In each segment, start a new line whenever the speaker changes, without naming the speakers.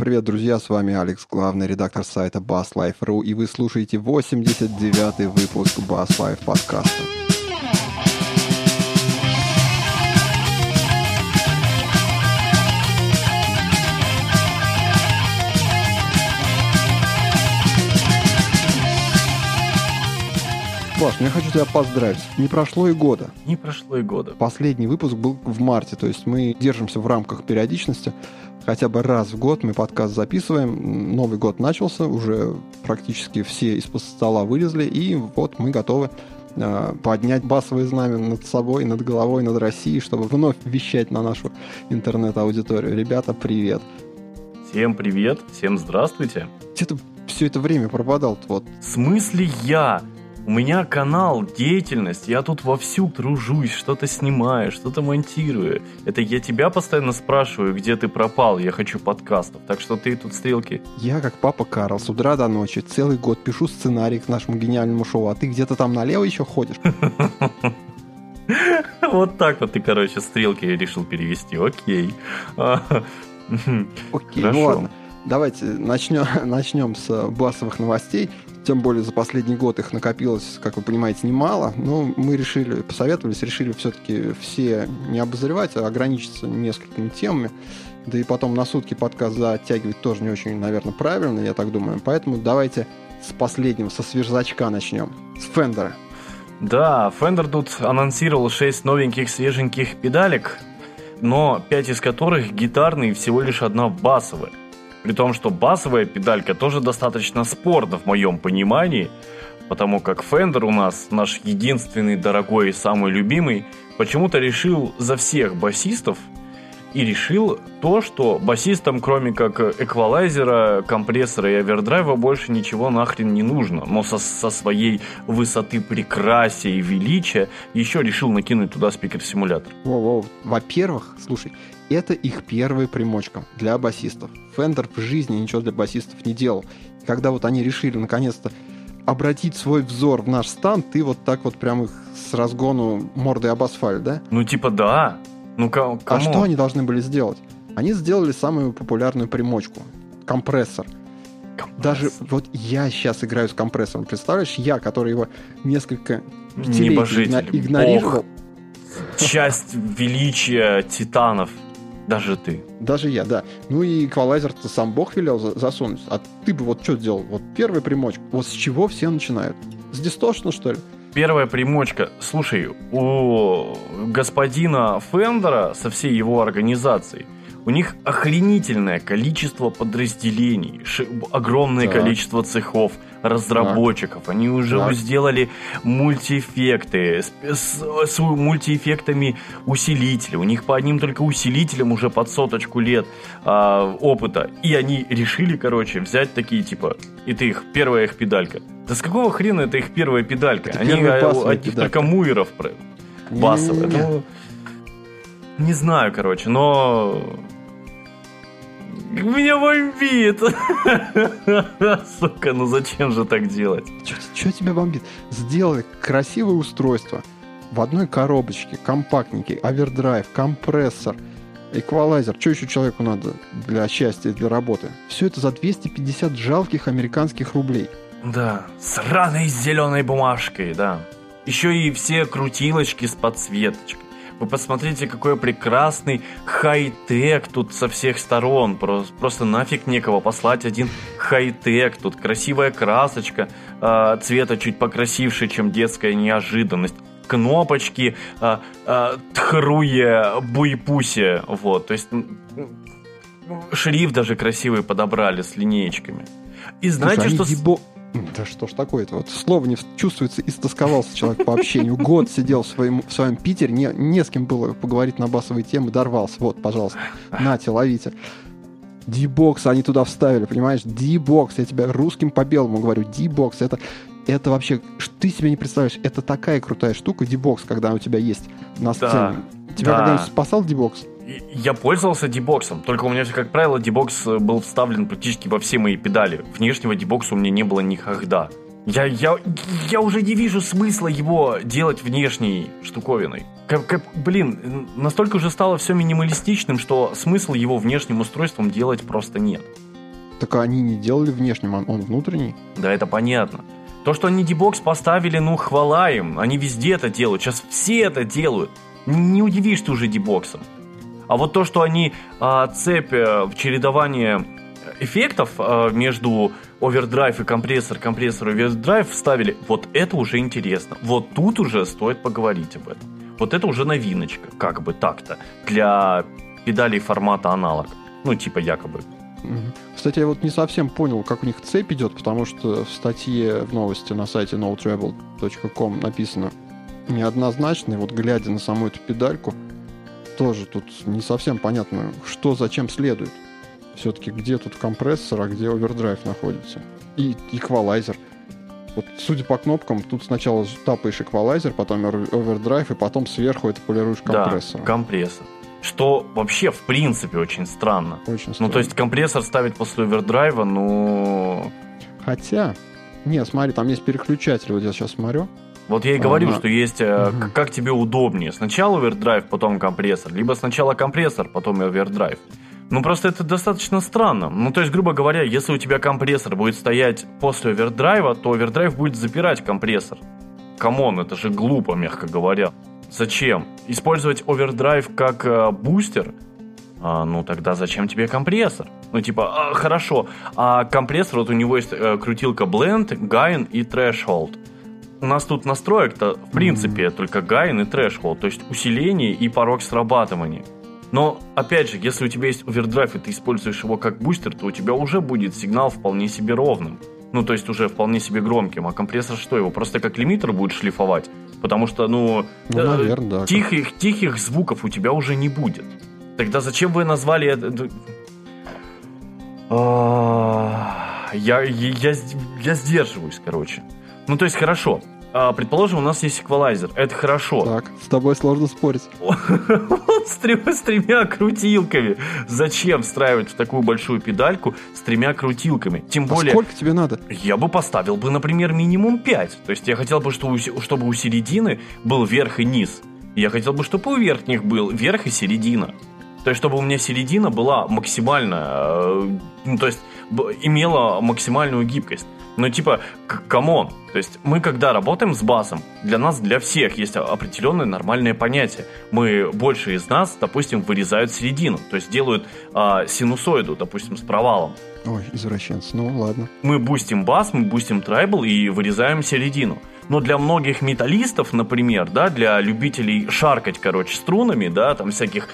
Привет, друзья, с вами Алекс, главный редактор сайта BassLife.ru, и вы слушаете 89-й выпуск BassLife подкаста. Паш, я хочу тебя поздравить. Не прошло и года.
Не прошло и года.
Последний выпуск был в марте, то есть мы держимся в рамках периодичности. Хотя бы раз в год мы подкаст записываем. Новый год начался, уже практически все из-под стола вылезли, и вот мы готовы поднять басовые знамя над собой, над головой, над Россией, чтобы вновь вещать на нашу интернет-аудиторию. Ребята, привет.
Всем привет, всем здравствуйте.
Где ты все это время пропадал? Вот.
В смысле я? У меня канал, деятельность, я тут вовсю тружусь, что-то снимаю, что-то монтирую. Это я тебя постоянно спрашиваю, где ты пропал, я хочу подкастов, так что ты тут стрелки.
Я, как папа Карл, с утра до ночи целый год пишу сценарий к нашему гениальному шоу, а ты где-то там налево еще ходишь?
Вот так вот ты, короче, стрелки решил перевести, окей.
Окей, ну ладно. Давайте начнем с басовых новостей. Тем более за последний год их накопилось, как вы понимаете, немало. Но мы посоветовались, решили все-таки все не обозревать, а ограничиться несколькими темами. Да и потом на сутки подкаст затягивать тоже не очень, наверное, правильно, я так думаю. Поэтому давайте с последнего, со свежачка начнем. С Фендера.
Да, Fender тут анонсировал 6 новеньких свеженьких педалек, но 5 из которых гитарные и всего лишь одна басовая. При том, что басовая педалька тоже достаточно спорна в моем понимании, потому как Fender у нас, наш единственный, дорогой и самый любимый, почему-то решил за всех басистов и решил то, что басистам, кроме как эквалайзера, компрессора и овердрайва, больше ничего нахрен не нужно. Но со своей высоты прекрасия и величия еще решил накинуть туда спикер-симулятор.
Воу-воу. Во-первых, слушай, это их первая примочка для басистов. Fender в жизни ничего для басистов не делал. И когда вот они решили наконец-то обратить свой взор в наш стан, ты вот так вот прям их с разгону мордой об асфальт, да?
Ну типа да. Ну кому?
А что они должны были сделать? Они сделали самую популярную примочку. Компрессор. Даже вот я сейчас играю с компрессором. Представляешь, я, который его несколько
небожитель,
игнорировал.
Бог. Часть величия титанов. Даже ты.
Даже я, да. Ну и эквалайзер-то сам Бог велел засунуть. А ты бы вот что сделал? Вот первая примочка. Вот с чего все начинают? С дисторшена, что ли?
Первая примочка. Слушай, у господина Фендера со всей его организацией у них охренительное количество подразделений, огромное количество цехов, разработчиков. Они уже сделали мультиэффекты с мультиэффектами усилителя. У них по одним только усилителям уже под 100 лет опыта. И они решили, короче, взять такие, типа, это их первая их педалька. Да с какого хрена это их первая педалька?
Это
они одних только муиров басовые. Ну, не знаю, короче, но... Меня бомбит. Сука, ну зачем же так делать?
Что тебя бомбит? Сделай красивое устройство в одной коробочке, компактненький, овердрайв, компрессор, эквалайзер. Что еще человеку надо для счастья, для работы? Все это за 250 жалких американских рублей.
Да, сраной зеленой бумажкой, да. Еще и все крутилочки с подсветочкой. Вы посмотрите, какой прекрасный хай-тек тут со всех сторон. Просто нафиг некого послать один хай-тек. Тут красивая красочка, цвета чуть покрасивше, чем детская неожиданность. Кнопочки, тхруе, буйпусе. Вот, то есть шрифт даже красивый подобрали с линеечками. И знаете, что...
Да что ж такое-то? Вот слово не чувствуется, истосковался человек по общению. Год сидел в своем Питере, не с кем было поговорить на басовые темы, дорвался. Вот, пожалуйста, нате, ловите. D-Box они туда вставили, понимаешь? D-Box, я тебе русским по белому говорю. D-Box, это вообще, ты себе не представляешь, это такая крутая штука, D-Box, когда у тебя есть на сцене.
Да,
тебя когда-нибудь спасал D-Box?
Я пользовался D-Box'ом, только у меня, как правило, D-Box был вставлен практически во все мои педали. Внешнего D-Box'а у меня не было никогда. Я уже не вижу смысла его делать внешней штуковиной. Настолько уже стало все минималистичным, что смысла его внешним устройством делать просто нет.
Так они не делали внешним, он внутренний.
Да, это понятно. То, что они дебокс поставили, ну, хвала им. Они везде это делают. Сейчас все это делают. Не удивишь ты уже дебоксом. А вот то, что они цепь в чередование эффектов между овердрайв и компрессор овердрайв вставили, вот это уже интересно. Вот тут уже стоит поговорить об этом. Вот это уже новиночка, как бы так-то, для педалей формата аналог. Ну, типа якобы.
Кстати, я вот не совсем понял, как у них цепь идет, потому что в статье в новости на сайте notreble.com написано неоднозначно, и вот глядя на саму эту педальку, тоже тут не совсем понятно, что зачем следует. Все-таки где тут компрессор, а где овердрайв находится. И эквалайзер. Вот, судя по кнопкам, тут сначала тапаешь эквалайзер, потом овердрайв, и потом сверху это полируешь компрессором.
Да, компрессор. Что вообще, в принципе, очень странно.
Очень странно.
Ну, то есть компрессор ставить после овердрайва, ну...
Хотя... Не, смотри, там есть переключатель, вот я сейчас смотрю.
Вот я и говорю, что есть, как тебе удобнее. Сначала овердрайв, потом компрессор. Либо сначала компрессор, потом овердрайв. Ну, просто это достаточно странно. Ну, то есть, грубо говоря, если у тебя компрессор будет стоять после овердрайва, то овердрайв будет запирать компрессор. Камон, это же глупо, мягко говоря. Зачем? Использовать овердрайв как бустер? Ну, тогда зачем тебе компрессор? Ну, типа, хорошо, а компрессор, вот у него есть крутилка Blend, Gain и Threshold. У нас тут настроек-то, в принципе, только Gain и Threshold, то есть усиление и порог срабатывания. Но, опять же, если у тебя есть овердрайв, и ты используешь его как бустер, то у тебя уже будет сигнал вполне себе ровным. Ну, то есть уже вполне себе громким. А компрессор что, его просто как лимитер будет шлифовать? Потому что,
наверное, да.
Тихих звуков у тебя уже не будет. Тогда зачем вы назвали это... Я сдерживаюсь, короче. Ну, то есть, хорошо. Предположим, у нас есть эквалайзер. Это хорошо.
Так, с тобой сложно спорить.
Вот с тремя крутилками. Зачем встраивать в такую большую педальку с 3 крутилками? Тем более...
Сколько тебе надо?
Я бы поставил, например, минимум 5. То есть я хотел бы, чтобы у середины был верх и низ. Я хотел бы, чтобы у верхних был верх и середина. То есть, чтобы у меня середина была максимально... то есть, имела максимальную гибкость. Ну, типа, камон. То есть, мы когда работаем с басом, для нас, для всех есть определенное нормальное понятие. Больше из нас, допустим, вырезают середину. То есть, делают синусоиду, допустим, с провалом.
Ой, извращенцы, ну ладно.
Мы бустим бас, мы бустим трайбл и вырезаем середину. Но для многих металлистов, например, да, для любителей шаркать, струнами, да, там всяких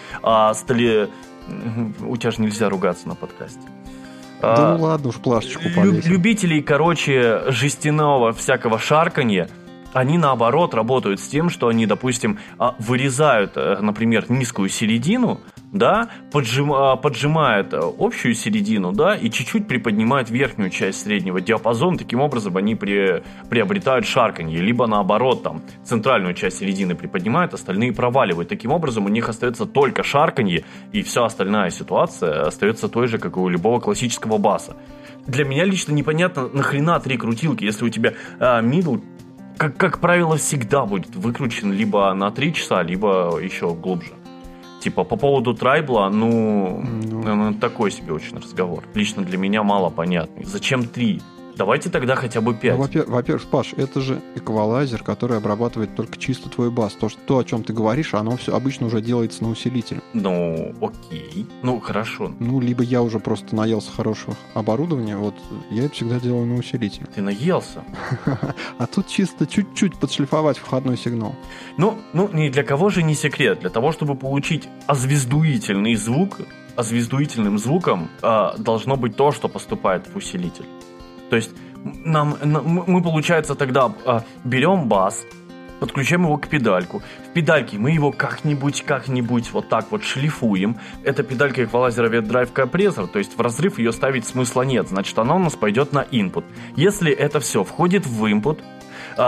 У тебя же нельзя ругаться на подкасте.
Да ну ладно уж, плашечку повесим.
Любителей, жестяного всякого шарканья, они наоборот работают с тем, что они, допустим, вырезают, например, низкую середину, да, поджимают общую середину, да, и чуть-чуть приподнимают верхнюю часть среднего диапазона. Таким образом, они приобретают шарканье. Либо наоборот, там, центральную часть середины приподнимают, остальные проваливают. Таким образом, у них остается только шарканье, и вся остальная ситуация остается той же, как и у любого классического баса. Для меня лично непонятно, нахрена 3 крутилки, если у тебя middle, как правило, всегда будет выкручен либо на 3 часа, либо еще глубже. Типа, по поводу трайбла, такой себе очень разговор. Лично для меня мало понятный. Зачем 3? Давайте тогда хотя бы 5.
Во-первых, Паш, это же эквалайзер, который обрабатывает только чисто твой бас. То, о чем ты говоришь, оно все обычно уже делается на усилителе.
Ну, окей. Ну, хорошо.
Ну, либо я уже просто наелся хорошего оборудования, вот я это всегда делаю на усилителе.
Ты наелся?
А тут чисто чуть-чуть подшлифовать входной сигнал.
Ну, ни для кого же не секрет. Для того, чтобы получить озвездуительный звук, озвездуительным звуком должно быть то, что поступает в усилитель. То есть мы, получается, тогда берем бас, подключаем его к педальку. В педальке мы его как-нибудь вот так вот шлифуем. Это педалька эквалайзера ветдрайв компрессор, то есть в разрыв ее ставить смысла нет. Значит, она у нас пойдет на input. Если это все входит в input,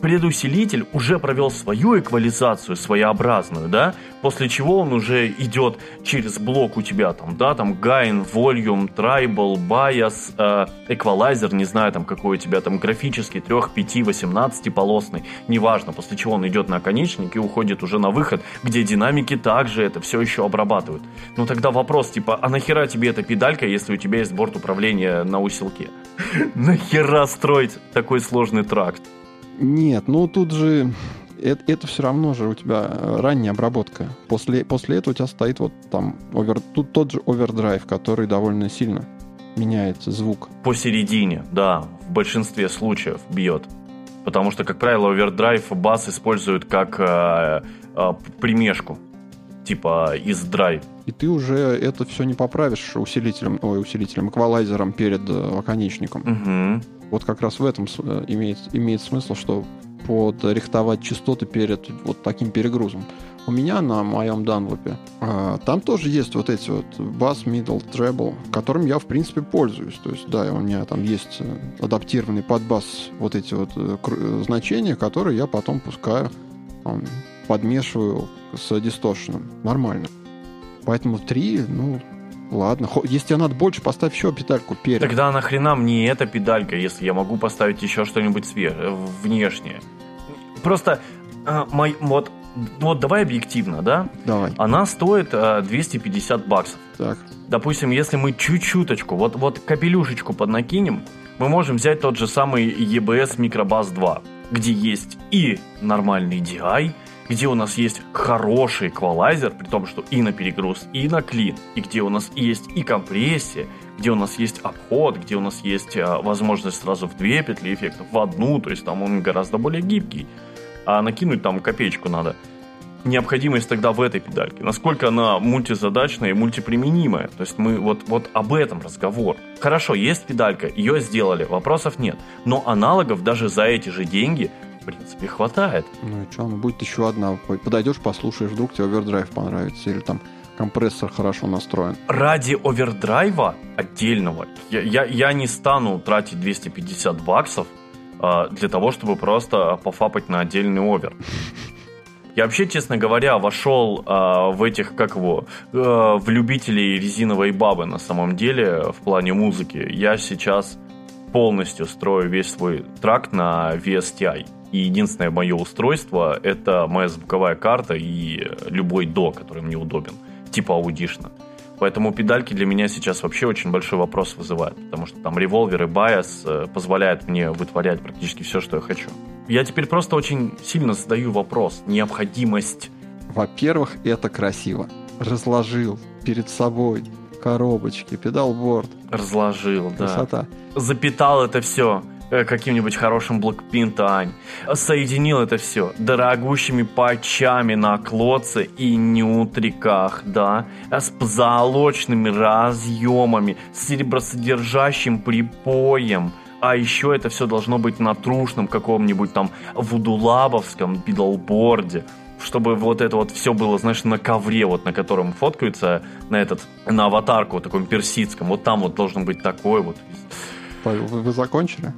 предусилитель уже провел свою эквализацию своеобразную, да, после чего он уже идет через блок у тебя там, да, там gain, volume, tribal, bias, эквалайзер, не знаю, там какой у тебя там графический, 3, 5, 18-полосный, неважно, после чего он идет на оконечник и уходит уже на выход, где динамики также это все еще обрабатывают. Ну тогда вопрос, типа, а нахера тебе эта педалька, если у тебя есть борт управления на усилке? Нахера строить такой сложный тракт?
Нет, ну тут же это все равно же у тебя ранняя обработка. После этого у тебя стоит вот там тут тот же овердрайв, который довольно сильно меняет звук.
Посередине, да, в большинстве случаев бьет. Потому что, как правило, овердрайв бас используют как примешку, типа из драйв.
И ты уже это все не поправишь эквалайзером перед оконечником.
Угу.
Вот как раз в этом имеет смысл, что подрихтовать частоты перед вот таким перегрузом. У меня на моем Dunlop там тоже есть вот эти вот бас, middle, treble, которым я, в принципе, пользуюсь. То есть, да, у меня там есть адаптированный под бас вот эти вот значения, которые я потом пускаю, подмешиваю с дисторшеном. Нормально. Поэтому 3, ладно. Если тебе надо больше, поставь еще педальку перед.
Тогда нахрена мне эта педалька, если я могу поставить еще что-нибудь внешнее? Просто вот давай объективно, да?
Давай.
Она стоит $250.
Так.
Допустим, если мы чуть-чуточку, вот капелюшечку поднакинем, мы можем взять тот же самый EBS Microbass 2, где есть и нормальный DI, где у нас есть хороший эквалайзер, при том, что и на перегруз, и на клин, и где у нас есть и компрессия, где у нас есть обход, где у нас есть возможность сразу в 2 петли эффектов, в одну, то есть там он гораздо более гибкий, а накинуть там копеечку надо. Необходимость тогда в этой педальке, насколько она мультизадачная и мультиприменимая, то есть мы вот об этом разговор. Хорошо, есть педалька, ее сделали, вопросов нет, но аналогов даже за эти же деньги в принципе хватает.
Ну и что, будет еще одна. Подойдешь, послушаешь, вдруг тебе овердрайв понравится, или там компрессор хорошо настроен.
Ради овердрайва отдельного я не стану тратить $250 для того, чтобы просто пофапать на отдельный овер. Я вообще, честно говоря, вошел в этих, в любителей резиновой бабы на самом деле в плане музыки. Я сейчас полностью строю весь свой тракт на VSTi. И единственное мое устройство — это моя звуковая карта и любой DAW, который мне удобен, типа аудишна. Поэтому педальки для меня сейчас вообще очень большой вопрос вызывают, потому что там револвер и байас позволяют мне вытворять практически все, что я хочу. Я теперь просто очень сильно задаю вопрос. Необходимость.
Во-первых, это красиво. Разложил перед собой коробочки, педалборд.
Разложил, да.
Красота.
Запитал это все каким-нибудь хорошим блокпинтань. Соединил это все дорогущими патчами на клоце и нютриках, да, с позолоченными разъемами, с серебросодержащим припоем. А еще это все должно быть на трушном каком-нибудь там вудулабовском педалборде, чтобы вот это вот все было, знаешь, на ковре, вот на котором фоткаются, на аватарку вот таком персидском. Вот там вот должен быть такой вот.
Вы закончили?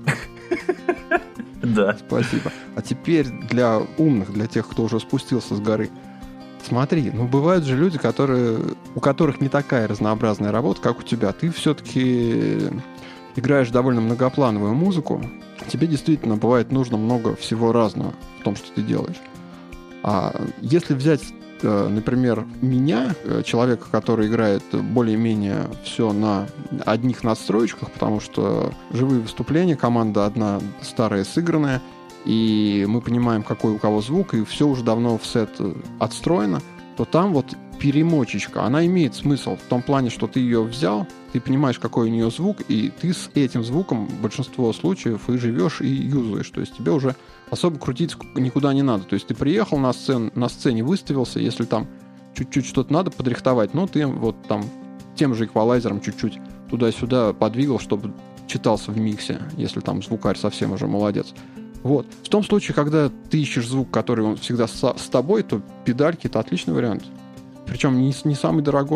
Да.
Спасибо. А теперь для умных, для тех, кто уже спустился с горы. Смотри, бывают же люди, у которых не такая разнообразная работа, как у тебя. Ты все-таки играешь довольно многоплановую музыку. Тебе действительно бывает нужно много всего разного в том, что ты делаешь. А если взять, например, меня, человека, который играет более-менее все на одних надстроечках, потому что живые выступления, команда одна старая, сыгранная, и мы понимаем, какой у кого звук, и все уже давно в сет отстроено, то там вот перемочечка, она имеет смысл в том плане, что ты ее взял, ты понимаешь, какой у нее звук, и ты с этим звуком в большинство случаев и живешь, и юзаешь. То есть тебе уже особо крутиться никуда не надо. То есть ты приехал на сцене выставился, если там чуть-чуть что-то надо подрихтовать, ты вот там тем же эквалайзером чуть-чуть туда-сюда подвигал, чтобы читался в миксе, если там звукарь совсем уже молодец. Вот. В том случае, когда ты ищешь звук, который он всегда с тобой, то педальки — это отличный вариант. Причем не самый дорогой.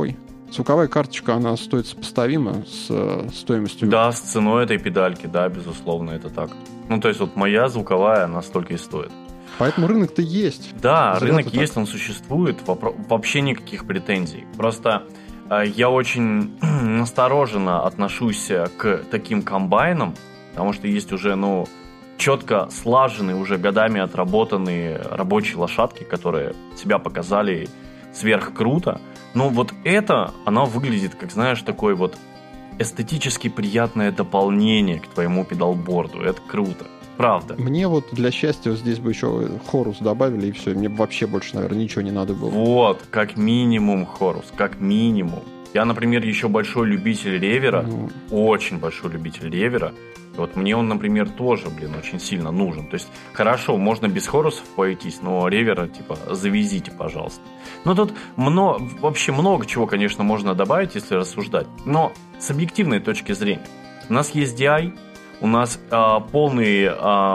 Звуковая карточка, она стоит сопоставимо с стоимостью?
Да, с ценой этой педальки, да, безусловно, это так. Ну, то есть вот моя звуковая, она столько и стоит.
Поэтому рынок-то есть.
Да,
Зря
рынок
ты
есть,
так.
он существует, вообще никаких претензий. Просто я очень настороженно отношусь к таким комбайнам, потому что есть уже, четко слаженные, уже годами отработанные рабочие лошадки, которые себя показали сверхкруто. Но вот это, оно выглядит, как, знаешь, такое вот эстетически приятное дополнение к твоему педалборду. Это круто. Правда.
Мне вот для счастья здесь бы еще хорус добавили, и все. Мне бы вообще больше, наверное, ничего не надо было.
Вот, как минимум хорус, как минимум. Я, например, еще большой любитель ревера, очень большой любитель ревера. И вот мне он, например, тоже, очень сильно нужен. То есть, хорошо, можно без хорусов пойтись, но ревера, завезите, пожалуйста. Но тут вообще много чего, конечно, можно добавить, если рассуждать. Но с объективной точки зрения. У нас есть DI, у нас полный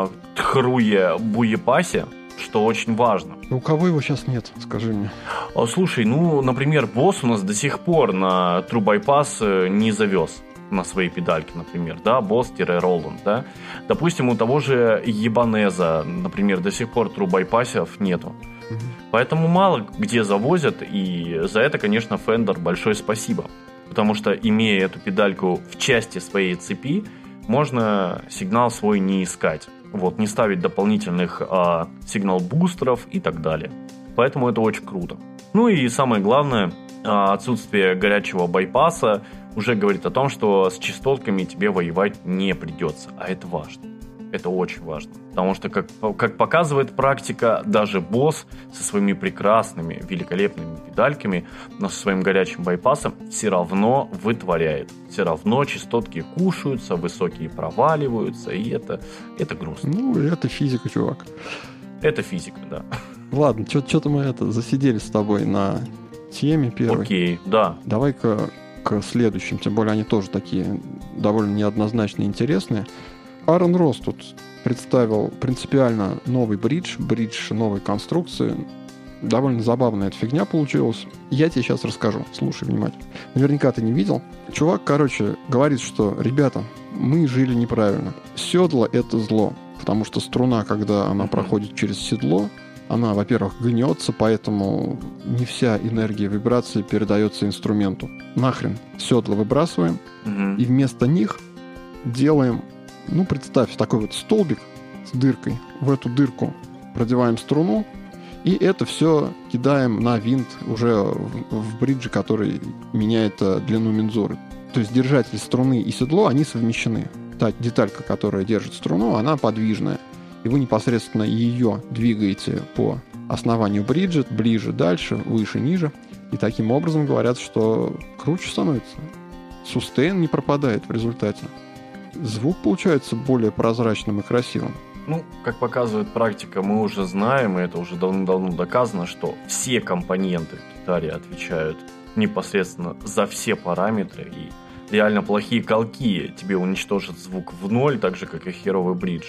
тхруе буепасе, что очень важно.
У кого его сейчас нет, скажи мне?
Слушай, например, Boss у нас до сих пор на True Bypass не завез на свои педальки, например, да, Boss-Roland, да. Допустим, у того же Ебанеза, например, до сих пор True Bypass'ов нету. Поэтому мало где завозят, и за это, конечно, Fender большое спасибо. Потому что, имея эту педальку в части своей цепи, можно сигнал свой не искать. Вот, не ставить дополнительных сигнал-бустеров и так далее. Поэтому это очень круто. Ну и самое главное, отсутствие горячего байпаса уже говорит о том, что с частотками тебе воевать не придется. А это важно. Это очень важно. Потому что, как показывает практика, даже Boss со своими прекрасными, великолепными педальками, но со своим горячим байпасом все равно вытворяет. Все равно частотки кушаются, высокие проваливаются, и это грустно.
Это физика, чувак.
Это физика, да.
Ладно, что-то мы засиделись с тобой на теме первой.
Окей, да.
Давай-ка к следующим, тем более они тоже такие довольно неоднозначно интересные. Aaron Ross тут представил принципиально новый бридж новой конструкции. Довольно забавная эта фигня получилась. Я тебе сейчас расскажу. Слушай внимательно. Наверняка ты не видел. Чувак, говорит, что, ребята, мы жили неправильно. Седло — это зло. Потому что струна, когда она проходит через седло, она, во-первых, гнется, поэтому не вся энергия вибрации передается инструменту. Нахрен седла выбрасываем, и вместо них делаем, представь, такой вот столбик с дыркой. В эту дырку продеваем струну, и это все кидаем на винт уже в бридже, который меняет длину мензуры. То есть держатель струны и седло, они совмещены. Та деталька, которая держит струну, она подвижная. И вы непосредственно ее двигаете по основанию бриджа, ближе, дальше, выше, ниже. И таким образом говорят, что круче становится. Сустейн не пропадает в результате. Звук получается более прозрачным и красивым.
Как показывает практика, мы уже знаем, и это уже давно доказано, что все компоненты в гитаре отвечают непосредственно за все параметры, и реально плохие колки тебе уничтожат звук в ноль, так же, как и херовый бридж.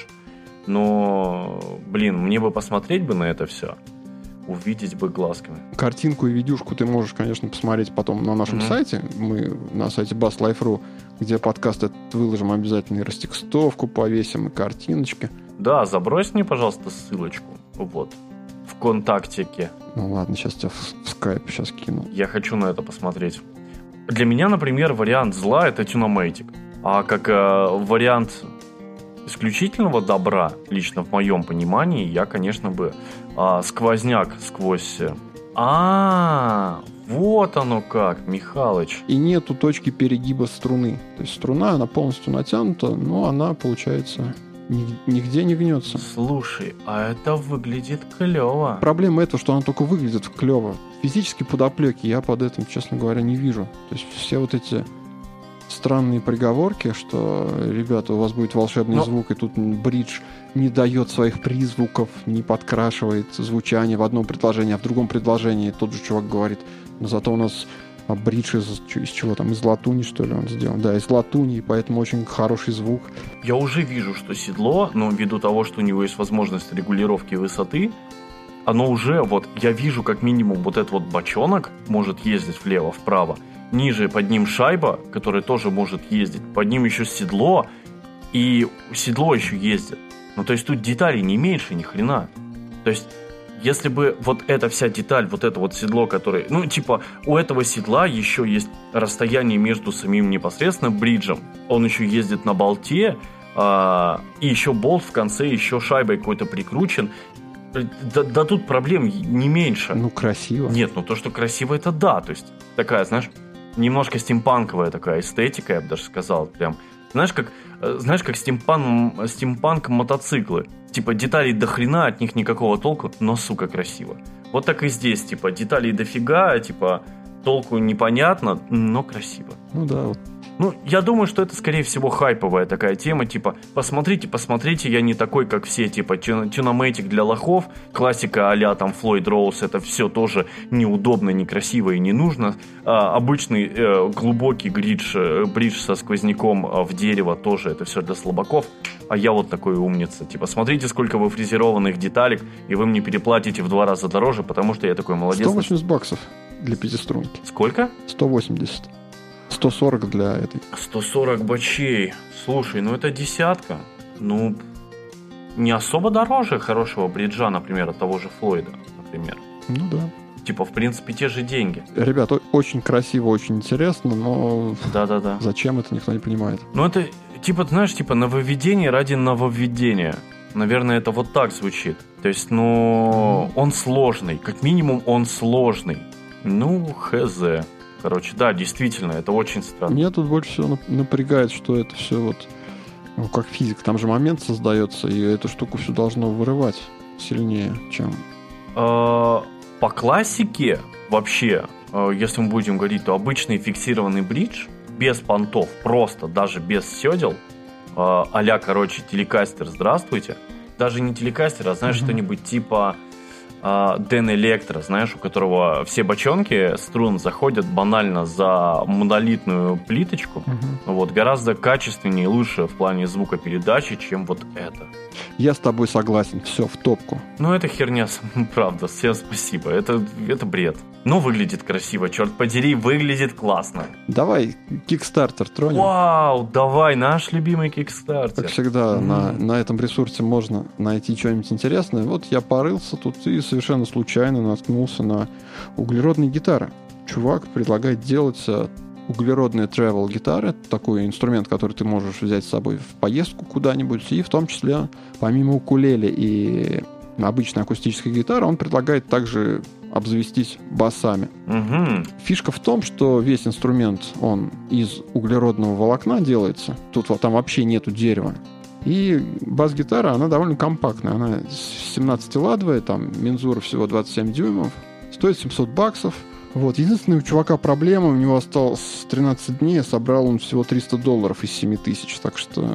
Но, мне бы посмотреть бы на это все, увидеть бы глазками.
Картинку и видюшку ты можешь, конечно, посмотреть потом на нашем сайте. Мы на сайте basslife.ru, где подкаст этот выложим, обязательно и растекстовку повесим, и картиночки.
Да, забрось мне, пожалуйста, ссылочку. Вот. В контактике.
Ладно, сейчас тебя в скайп сейчас кину.
Я хочу на это посмотреть. Для меня, например, вариант зла — это Tune-o-matic. А как вариант исключительного добра, лично в моем понимании, я, конечно, бы сквозняк сквозь... Вот оно как, Михалыч.
И нету точки перегиба струны. То есть струна, она полностью натянута, но она, получается, нигде не гнется.
Слушай, а это выглядит клево.
Проблема это, что она только выглядит клево. Физически подоплеки я под этим, честно говоря, не вижу. То есть все вот эти странные приговорки, что, ребята, у вас будет волшебный звук, и тут бридж не дает своих призвуков, не подкрашивает звучание в одном предложении, а в другом предложении тот же чувак говорит, но зато у нас бридж из чего там, из латуни, что ли, он сделан? Да, из латуни, и поэтому очень хороший звук.
Я уже вижу, что седло, но ввиду того, что у него есть возможность регулировки высоты, оно уже, я вижу как минимум вот этот вот бочонок может ездить влево-вправо, ниже под ним шайба, которая тоже может ездить, под ним еще седло, и седло еще ездит. Ну, то есть тут деталей не меньше ни хрена. То есть, если бы вот эта вся деталь, вот это вот седло, которое... Ну, типа, у этого седла еще есть расстояние между самим непосредственно бриджем. Он еще ездит на болте, и еще болт в конце, еще шайбой какой-то прикручен. Да тут проблем не меньше.
Ну, красиво.
Нет, ну то, что красиво, это да. То есть, такая, знаешь, немножко стимпанковая такая эстетика, я бы даже сказал. Прям, знаешь, как стимпанк мотоциклы. Типа, деталей до хрена, от них никакого толку, но, сука, красиво. Вот так и здесь, типа, деталей дофига, типа, толку непонятно, но красиво.
Ну да, вот.
Ну, я думаю, что это, скорее всего, хайповая такая тема, типа, посмотрите, я не такой, как все, типа, тюноматик для лохов, классика а-ля там Флойд Роуз, это все тоже неудобно, некрасиво и не нужно. Обычный глубокий бридж со сквозняком в дерево тоже, это все для слабаков, а я вот такой умница. Типа, смотрите, сколько вы фрезерованных деталек, и вы мне переплатите в 2 раза дороже, потому что я такой молодец.
$180 для пятиструнки.
Сколько?
180. 140 для этой.
140 бачей. Слушай, ну это десятка. Ну, не особо дороже хорошего бриджа, например, от того же Флойда, например.
Ну да.
Типа, в принципе, те же деньги.
Ребят, очень красиво, очень интересно, но...
Да-да-да.
Зачем это, никто не понимает.
Ну это, типа, знаешь, типа нововведение ради нововведения. Наверное, это вот так звучит. То есть, ну, он сложный. Как минимум, он сложный. Ну, хз. Короче, да, действительно, это очень странно.
Меня тут больше всего напрягает, что это все вот, ну, как физика. Там же момент создается, и эту штуку все должно вырывать сильнее, чем...
По классике, вообще, если мы будем говорить, то обычный фиксированный бридж, без понтов, просто, даже без седел, а-ля, короче, телекастер, здравствуйте. Даже не телекастер, а, знаешь, что-нибудь типа... Дэн Электро, знаешь, у которого все бочонки струн заходят банально за монолитную плиточку, вот, гораздо качественнее и лучше в плане звукопередачи, чем вот это.
Я с тобой согласен, все, в топку.
Ну, это херня, правда, всем спасибо, это бред. Но выглядит красиво, черт подери, выглядит классно.
Давай, Kickstarter тронем.
Вау, давай, наш любимый Kickstarter.
Как всегда, на этом ресурсе можно найти что-нибудь интересное. Вот я порылся тут и совершенно случайно наткнулся на углеродные гитары. Чувак предлагает делать углеродные travel гитары. Это такой инструмент, который ты можешь взять с собой в поездку куда-нибудь. И в том числе, помимо укулеле и обычной акустической гитары, он предлагает также обзавестись басами. Фишка в том, что весь инструмент, он из углеродного волокна делается. Тут вот там вообще нету дерева. И бас-гитара, она довольно компактная. Она 17-ладовая, там мензура всего 27 дюймов. Стоит $700. Вот. Единственная у чувака проблема, у него осталось 13 дней, а собрал он всего $300 из 7000. Так что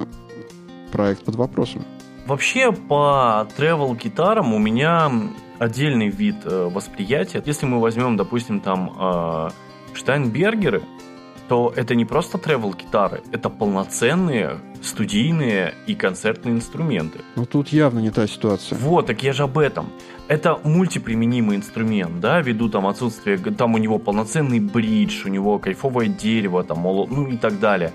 проект под вопросом.
Вообще, по travel-гитарам у меня отдельный вид восприятия. Если мы возьмем, допустим, там Штайнбергеры, то это не просто travel-гитары, это полноценные студийные и концертные инструменты.
Но тут явно не та ситуация.
Вот, так я же об этом. Это мультиприменимый инструмент, да, ввиду там отсутствия, там у него полноценный бридж, у него кайфовое дерево, там, ну и так далее.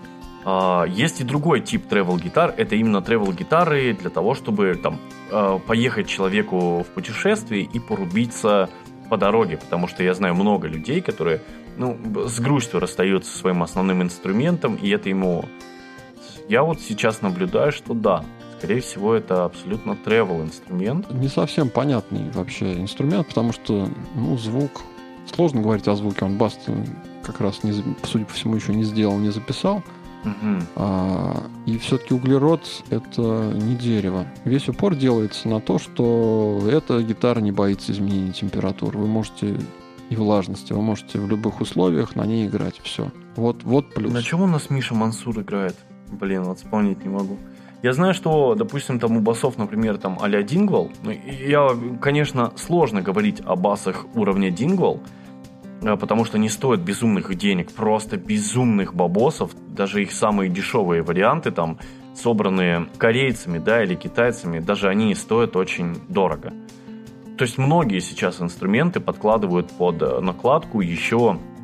Есть и другой тип travel-гитар, это именно travel-гитары для того, чтобы там поехать человеку в путешествие и порубиться по дороге, потому что я знаю много людей, которые, ну, с грустью расстаются со своим основным инструментом, и это ему... Я вот сейчас наблюдаю, что да, скорее всего, это абсолютно travel инструмент.
Не совсем понятный вообще инструмент, потому что, ну, звук... Сложно говорить о звуке, он бас как раз, судя по всему, еще не сделал, не записал. И все-таки углерод — это не дерево. Весь упор делается на то, что эта гитара не боится изменения температур. Вы можете и влажности, вы можете в любых условиях на ней играть. Все. Вот плюс.
На чем у нас Миша Мансур играет? Блин, вот вспомнить не могу. Я знаю, что, допустим, там у басов, например, там а-ля Dingwall, конечно, сложно говорить о басах уровня Dingwall, потому что не стоят безумных денег, просто безумных бабосов, даже их самые дешевые варианты, там, собранные корейцами, да, или китайцами, даже они стоят очень дорого. То есть многие сейчас инструменты подкладывают под накладку еще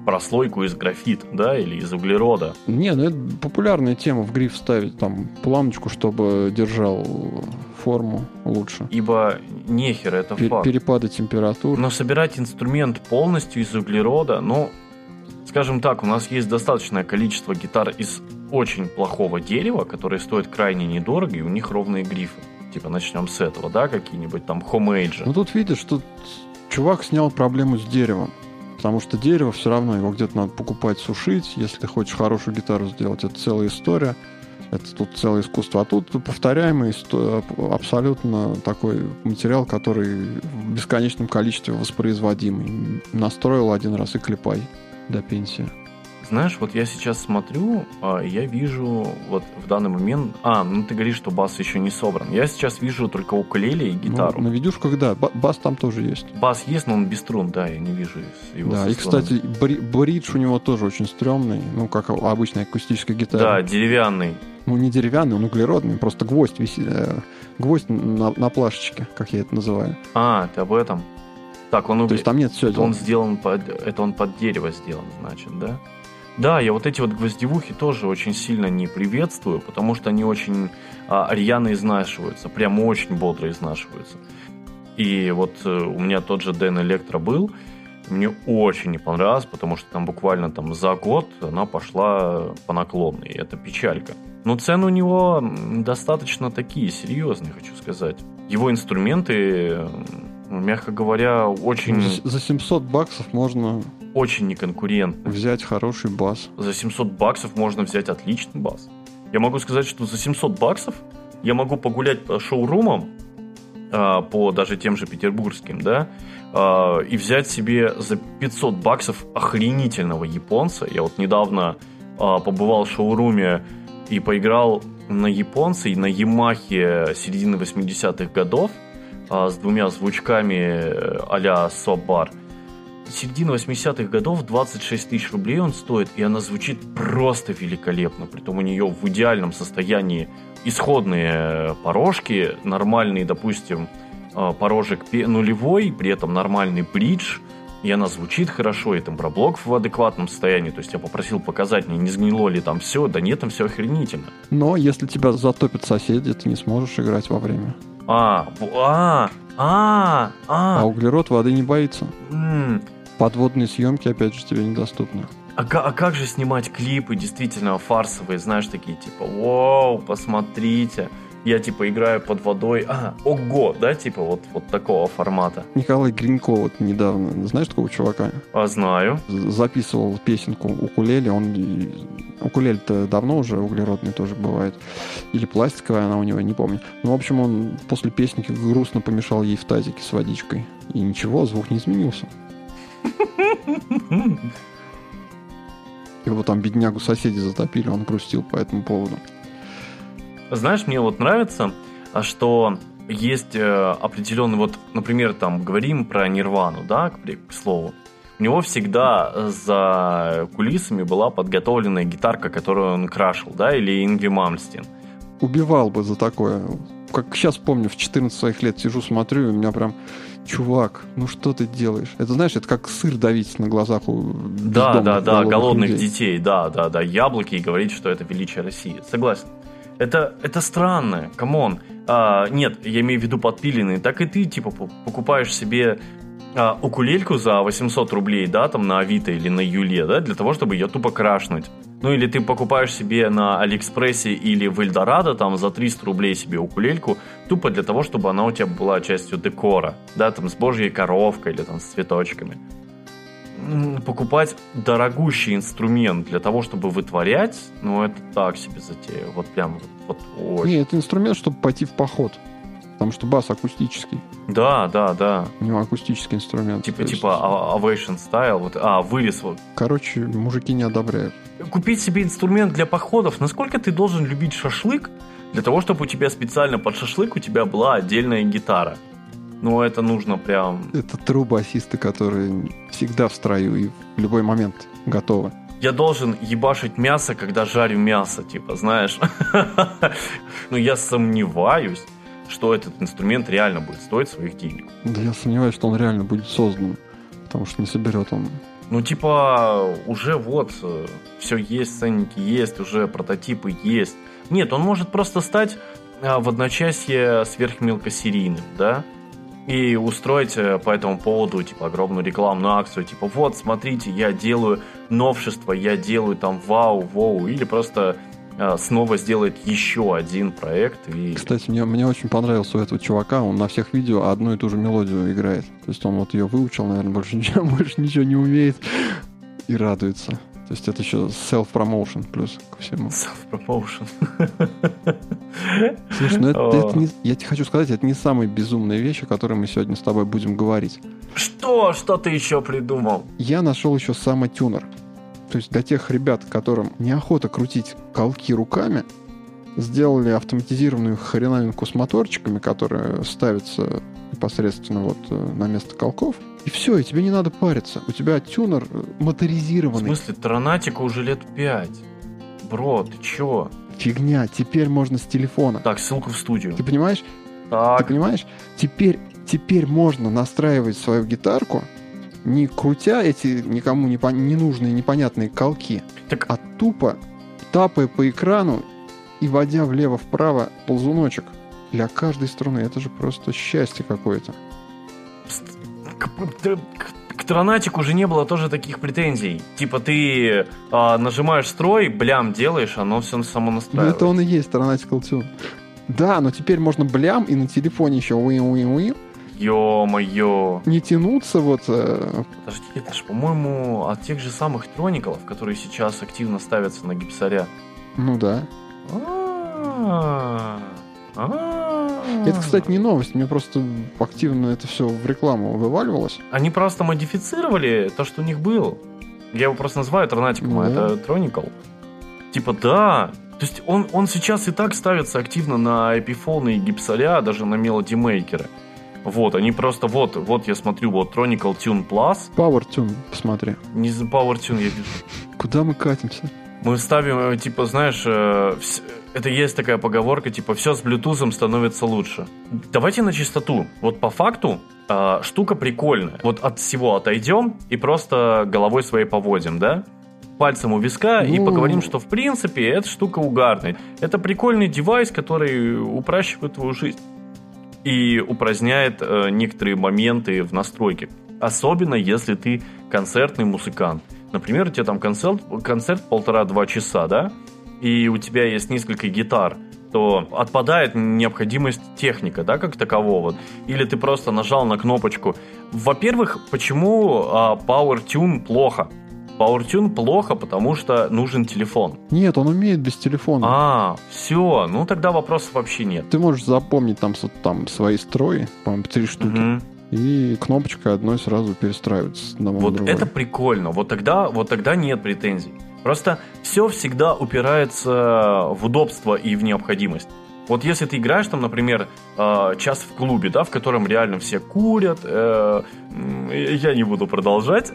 прослойку из графита, да, или из углерода.
Не, ну это популярная тема в гриф ставить там планочку, чтобы держал форму лучше.
Ибо нехер, это факт.
Перепады температур.
Но собирать инструмент полностью из углерода, ну, скажем так, у нас есть достаточное количество гитар из очень плохого дерева, которые стоят крайне недорого, и у них ровные грифы. Типа начнем с этого, да, какие-нибудь там Homage.
Ну тут видишь, что чувак снял проблему с деревом. Потому что дерево все равно, его где-то надо покупать, сушить. Если ты хочешь хорошую гитару сделать, это целая история. Это тут целое искусство. А тут повторяемый, абсолютно такой материал, который в бесконечном количестве воспроизводимый. Настроил один раз и клепай до пенсии.
Знаешь, вот я сейчас смотрю, я вижу вот в данный момент... ну ты говоришь, что бас еще не собран. Я сейчас вижу только укулеле и гитару.
Ну, на видюшках, да, бас там тоже есть.
Бас есть, но он без струн, да, я не вижу его.
Да, и, кстати, бридж у него тоже очень стрёмный, ну, как обычная акустическая гитара.
Да, деревянный.
Ну, не деревянный, он углеродный, просто гвоздь висит, гвоздь на плашечке, как я это называю.
Ты об этом? Так, он...
То есть там нет все.
Он сделан это он под дерево сделан, значит, да? Да, я вот эти вот гвоздевухи тоже очень сильно не приветствую, потому что они очень рьяно изнашиваются, прям очень бодро изнашиваются. И вот у меня тот же Дэн Электро был, мне очень не понравилось, потому что там буквально там за год она пошла по наклонной, и это печалька. Но цены у него достаточно такие, серьезные, хочу сказать. Его инструменты, мягко говоря, очень...
За $700 можно...
Очень неконкурентны.
Взять хороший бас.
За $700 можно взять отличный бас. Я могу сказать, что за $700 я могу погулять по шоурумам, по даже тем же петербургским, да, и взять себе за $500 охренительного японца. Я вот недавно побывал в шоуруме и поиграл на японце и на Ямахе середины 80-х годов с двумя звучками а-ля Собар. Середина 80-х годов, 26 тысяч рублей он стоит, и она звучит просто великолепно. Притом у нее в идеальном состоянии исходные порожки, нормальный, допустим, порожек нулевой, при этом нормальный бридж, и она звучит хорошо, и темброблок в адекватном состоянии. То есть я попросил показать мне, не сгнило ли там все, да нет, там все охренительно.
Но если тебя затопят соседи, ты не сможешь играть во время.
А
углерод воды не боится. Подводные съемки, опять же, тебе недоступны.
А как же снимать клипы действительно фарсовые, знаешь, такие типа, вау, посмотрите, я типа играю под водой, ого, да, типа вот такого формата.
Николай Гринько вот недавно, знаешь такого чувака?
Знаю.
Записывал песенку укулеле, укулеле-то давно уже углеродный тоже бывает, или пластиковая она у него, не помню. Ну, в общем, он после песенки грустно помешал ей в тазике с водичкой, и ничего, звук не изменился. Его там беднягу соседи затопили, он грустил по этому поводу.
Знаешь, мне вот нравится, что есть определенный, вот, например, там говорим про Нирвану, да, к слову. У него всегда за кулисами была подготовленная гитарка, которую он крашил, да, или Ингви Мальмстен.
Убивал бы за такое. Как сейчас помню, в 14 своих лет сижу, смотрю, и у меня прям... Чувак, ну что ты делаешь? Это, знаешь, это как сыр давить на глазах у бездомных,
голодных детей. Да, яблоки, и говорить, что это величие России. Согласен. Это странно, камон. Нет, я имею в виду подпиленные. Так и ты, типа, покупаешь себе укулельку за 800 рублей, да, там на Авито или на Юле, да, для того, чтобы ее тупо крашнуть. Ну, или ты покупаешь себе на Алиэкспрессе или в Эльдорадо там за 300 рублей себе укулельку, тупо для того, чтобы она у тебя была частью декора, да, там с божьей коровкой или там с цветочками. Покупать дорогущий инструмент для того, чтобы вытворять, ну, это так себе затея. Вот прям вот очень.
Не, это инструмент, чтобы пойти в поход. Потому что бас акустический.
Да.
У него акустический инструмент.
Типа Ovation Style, вот, вырез вот.
Короче, мужики не одобряют.
Купить себе инструмент для походов. Насколько ты должен любить шашлык для того, чтобы у тебя специально под шашлык у тебя была отдельная гитара? Ну, это нужно прям...
Это тру-басисты, которые всегда в строю и в любой момент готовы.
Я должен ебашить мясо, когда жарю мясо, типа, знаешь. Но я сомневаюсь, что этот инструмент реально будет стоить своих денег.
Да я сомневаюсь, что он реально будет создан, потому что не соберет он
Ну, типа, уже вот, все есть, ценники есть, уже прототипы есть. Нет, он может просто стать в одночасье сверхмелкосерийным, да? И устроить по этому поводу, типа, огромную рекламную акцию. Типа, вот, смотрите, я делаю новшество, я делаю там вау. Или просто снова сделает еще один проект. И...
Кстати, мне очень понравился у этого чувака. Он на всех видео одну и ту же мелодию играет. То есть он вот ее выучил, наверное, больше ничего не умеет. И радуется. То есть это еще self-promotion плюс ко всему.
Self-promotion.
Слушай, ну это не, я тебе хочу сказать, это не самые безумные вещи, о которых мы сегодня с тобой будем говорить.
Что? Что ты еще придумал?
Я нашел еще самотюнер. То есть для тех ребят, которым неохота крутить колки руками, сделали автоматизированную хреновинку с моторчиками, которые ставятся непосредственно вот на место колков. И все, и тебе не надо париться. У тебя тюнер моторизированный.
В смысле, Тронатику уже лет 5. Бро, ты чё?
Фигня, теперь можно с телефона.
Так, ссылку в студию.
Ты понимаешь?
Так.
Ты понимаешь? Теперь можно настраивать свою гитарку, не крутя эти никому не нужные непонятные колки,
так...
а тупо тапая по экрану и водя влево-вправо ползуночек для каждой струны. Это же просто счастье какое-то.
К Тронатику уже не было тоже таких претензий. Типа ты нажимаешь строй, блям, делаешь, оно все само настраивает.
Ну это он и есть Tronatical Tune. Да, но теперь можно блям и на телефоне еще уи-уи-уи.
Ё-моё.
Не тянуться вот...
Подожди, это ж, по-моему, от тех же самых троникалов, которые сейчас активно ставятся на гипсаря.
Ну да. Это, кстати, не новость. Мне просто активно это все в рекламу вываливалось.
Они просто модифицировали то, что у них было. Я его просто называю Тронатиком, а это Троникал. Типа, да. То есть он сейчас и так ставится активно на Epiphone и гипсаря, даже на Melody Maker. Вот, они просто, вот я смотрю, вот Tronical Tune Plus.
Power Tune, посмотри.
Не за Power Tune я вижу.
Куда мы катимся?
Мы ставим, типа, знаешь, это есть такая поговорка, типа, все с Bluetooth становится лучше. Давайте на чистоту. Вот по факту штука прикольная. Вот от всего отойдем и просто головой своей поводим, да? Пальцем у виска и поговорим, что, в принципе, эта штука угарная. Это прикольный девайс, который упрощивает твою жизнь и упраздняет некоторые моменты в настройке. Особенно, если ты концертный музыкант. Например, у тебя там концерт 1,5-2 часа, да? И у тебя есть несколько гитар, то отпадает необходимость техника, да, как такового. Или ты просто нажал на кнопочку. Во-первых, почему Power Tune плохо? Power Tune плохо, потому что нужен телефон.
Нет, он умеет без телефона.
Все, ну тогда вопросов вообще нет.
Ты можешь запомнить там свои строи, по-моему, 3 штуки. И кнопочкой одной сразу перестраиваться.
Вот это прикольно. Вот тогда нет претензий. Просто все всегда упирается в удобство и в необходимость. Вот если ты играешь там, например, час в клубе, да, в котором реально все курят, я не буду продолжать.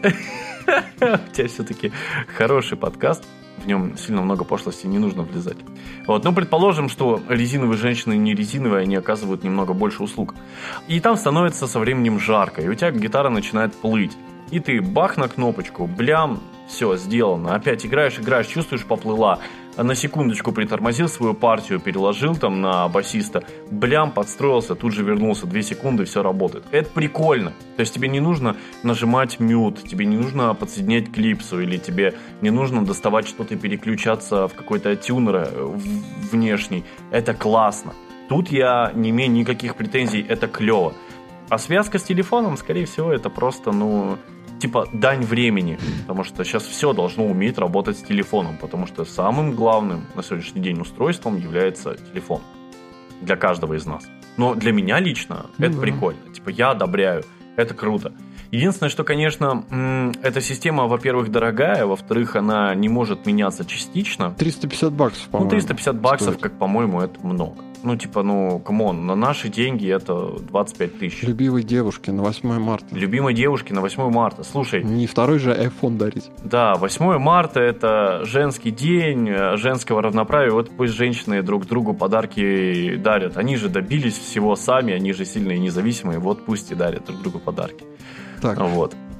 У тебя все-таки хороший подкаст. В нем сильно много пошлости, не нужно влезать. Вот. Ну, предположим, что резиновые женщины не резиновые, они оказывают немного больше услуг. И там становится со временем жарко, и у тебя гитара начинает плыть. И ты бах на кнопочку, блям, все, сделано. Опять играешь, чувствуешь, поплыла. На секундочку притормозил свою партию, переложил там на басиста, блям, подстроился, тут же вернулся, 2 секунды, все работает. Это прикольно. То есть тебе не нужно нажимать мьют, тебе не нужно подсоединять клипсу, или тебе не нужно доставать что-то и переключаться в какой-то тюнер внешний. Это классно. Тут я не имею никаких претензий, это клево. А связка с телефоном, скорее всего, это просто, типа дань времени, потому что сейчас все должно уметь работать с телефоном, потому что самым главным на сегодняшний день устройством является телефон для каждого из нас. Но для меня лично это прикольно, типа я одобряю, это круто. Единственное, что, конечно, эта система, во-первых, дорогая, во-вторых, она не может меняться частично.
$350, по-моему.
350 баксов, как, по-моему, это много. Камон, на наши деньги это 25 тысяч.
Любимой девушке на 8 марта.
Любимой девушке на 8 марта. Слушай.
Не второй же iPhone дарить.
Да, 8 марта это женский день, женского равноправия. Вот пусть женщины друг другу подарки дарят. Они же добились всего сами, они же сильные и независимые. Вот пусть и дарят друг другу подарки.
Так.
Вот.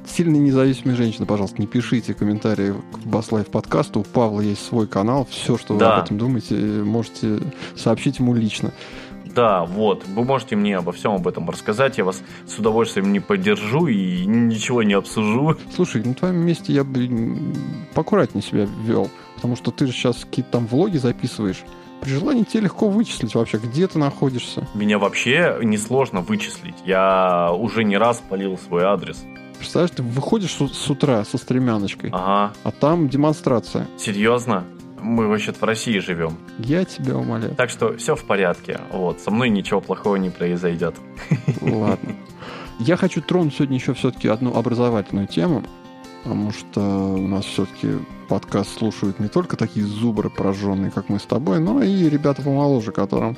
Сильные независимые женщины, пожалуйста, не пишите комментарии к Бас-Лайф подкасту. У Павла есть свой канал. Все, что вы об этом думаете, можете сообщить ему лично.
Да, вот. Вы можете мне обо всем об этом рассказать. Я вас с удовольствием не поддержу и ничего не обсужу.
Слушай, на твоем месте я бы поаккуратнее себя вел. Потому что ты же сейчас какие-то там влоги записываешь. При желании тебе легко вычислить вообще, где ты находишься.
Меня вообще несложно вычислить. Я уже не раз палил свой адрес.
Представляешь, ты выходишь с утра со стремяночкой,
а
там демонстрация.
Серьезно? Мы вообще-то в России живем.
Я тебя умоляю.
Так что все в порядке. Вот, со мной ничего плохого не произойдет.
Ладно. Я хочу тронуть сегодня еще все-таки одну образовательную тему, потому что у нас все-таки подкаст слушают не только такие зубры прожженные, как мы с тобой, но и ребята помоложе, которым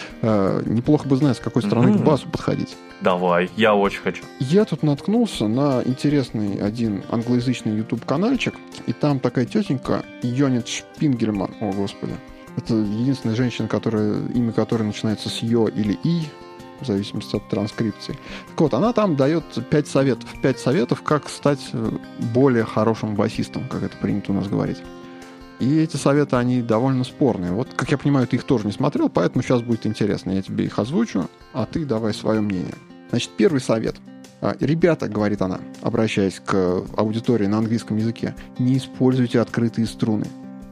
неплохо бы знать, с какой стороны к басу подходить.
Давай, я очень хочу.
Я тут наткнулся на интересный один англоязычный YouTube-канальчик, и там такая тетенька Йонит Шпингельман, о господи. Это единственная женщина, имя которой начинается с Йо или И, в зависимости от транскрипции. Так вот, она там дает 5 советов. 5 советов, как стать более хорошим басистом, как это принято у нас говорить. И эти советы, они довольно спорные. Вот, как я понимаю, ты их тоже не смотрел, поэтому сейчас будет интересно. Я тебе их озвучу, а ты давай свое мнение. Значит, первый совет. Ребята, говорит она, обращаясь к аудитории на английском языке, не используйте открытые струны.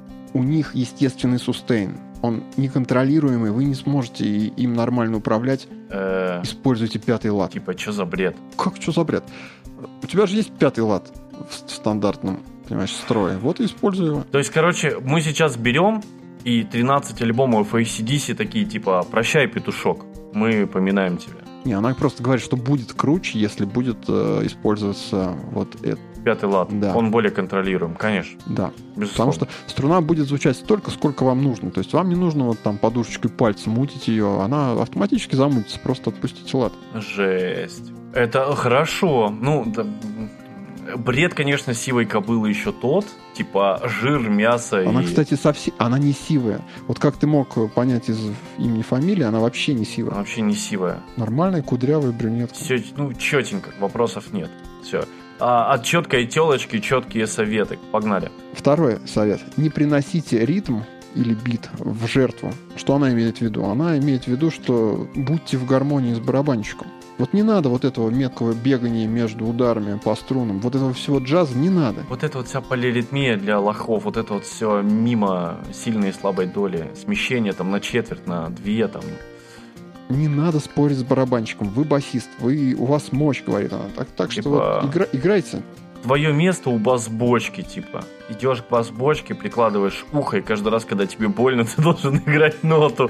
У них естественный сустейн. Он неконтролируемый, вы не сможете им нормально управлять. Используйте 5-й лад.
Типа, что за бред?
Как, что за бред? У тебя же есть 5-й лад в стандартном, понимаешь, строе. Вот и используй его.
То есть, короче, мы сейчас берем и 13 альбомов AC/DC такие, типа, прощай, петушок, мы поминаем тебя.
Не, она просто говорит, что будет круче, если будет использоваться вот это.
5-й лад.
Да.
Он более контролируем, конечно.
Да.
Безусловно.
Потому что струна будет звучать столько, сколько вам нужно. То есть вам не нужно вот там подушечкой пальца мутить ее. Она автоматически замутится. Просто отпустите лад.
Жесть. Это хорошо. Ну, да, бред, конечно, сивой кобылы еще тот. Типа жир, мясо.
Она, кстати, совсем... Она не сивая. Вот как ты мог понять из имени, фамилии, она вообще не сивая.
Она вообще не сивая.
Нормальная, кудрявая брюнетка.
Все, ну, четенько. Вопросов нет. Все. От четкой телочки четкие советы. Погнали.
Второй совет. Не приносите ритм или бит в жертву. Что она имеет в виду? Она имеет в виду, что будьте в гармонии с барабанщиком. Вот не надо вот этого меткого бегания между ударами по струнам. Вот этого всего джаза не надо.
Вот это вот вся полиритмия для лохов. Вот это вот все мимо сильной и слабой доли. Смещение там на четверть, на 2 там.
Не надо спорить с барабанщиком. Вы басист, у вас мощь, говорит она. Так
типа,
что вот играйте.
Твое место у бас-бочки, типа. Идешь к бас-бочке, прикладываешь ухо, и каждый раз, когда тебе больно, ты должен играть ноту.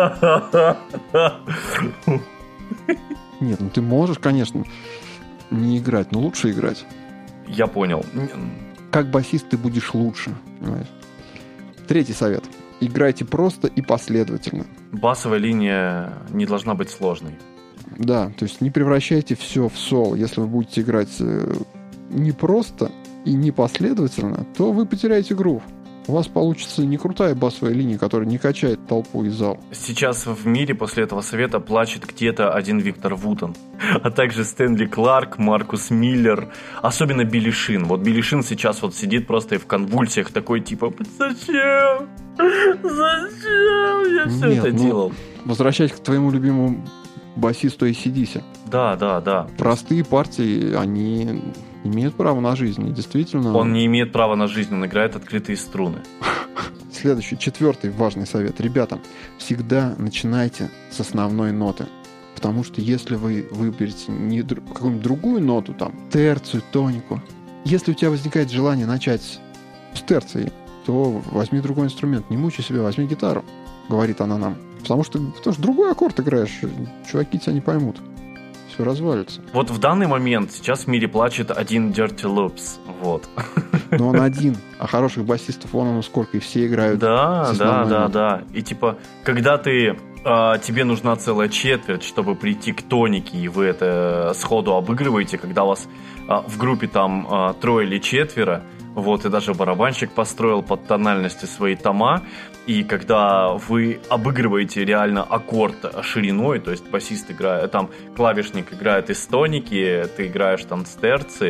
Нет, ну ты можешь, конечно, не играть, но лучше играть.
Я понял.
Как басист ты будешь лучше, понимаешь? Третий совет. Играйте просто и последовательно.
Басовая линия не должна быть сложной.
Да, то есть не превращайте все в соло. Если вы будете играть не просто и не последовательно, то вы потеряете грув. У вас получится не крутая басовая линия, которая не качает толпу и зал.
Сейчас в мире после этого совета плачет где-то один Виктор Вутон, а также Стэнли Кларк, Маркус Миллер, особенно Билли Шин. Вот Билли Шин сейчас вот сидит просто и в конвульсиях такой типа «Зачем? Зачем я все это делал?»
Возвращаясь к твоему любимому басисту AC/DC.
Да.
Простые партии, они имеют право на жизнь. И действительно...
Он не имеет права на жизнь, он играет открытые струны.
Следующий, 4-й важный совет. Ребята, всегда начинайте с основной ноты. Потому что если вы выберете какую-нибудь другую ноту, там, терцию, тонику, если у тебя возникает желание начать с терции, то возьми другой инструмент, не мучай себя, возьми гитару, говорит она нам. Потому что другой аккорд играешь, чуваки тебя не поймут. Все развалится.
Вот в данный момент сейчас в мире плачет один Dirty Loops. Вот.
Но он один. А хороших басистов вон сколько, и все играют.
Да. И типа, когда тебе нужна целая четверть, чтобы прийти к тонике, и вы это сходу обыгрываете, когда у вас в группе там 3 или 4, вот, и даже барабанщик построил под тональности свои тома, и когда вы обыгрываете реально аккорд шириной, то есть басист играет, там клавишник играет из тоники, ты играешь там с терции,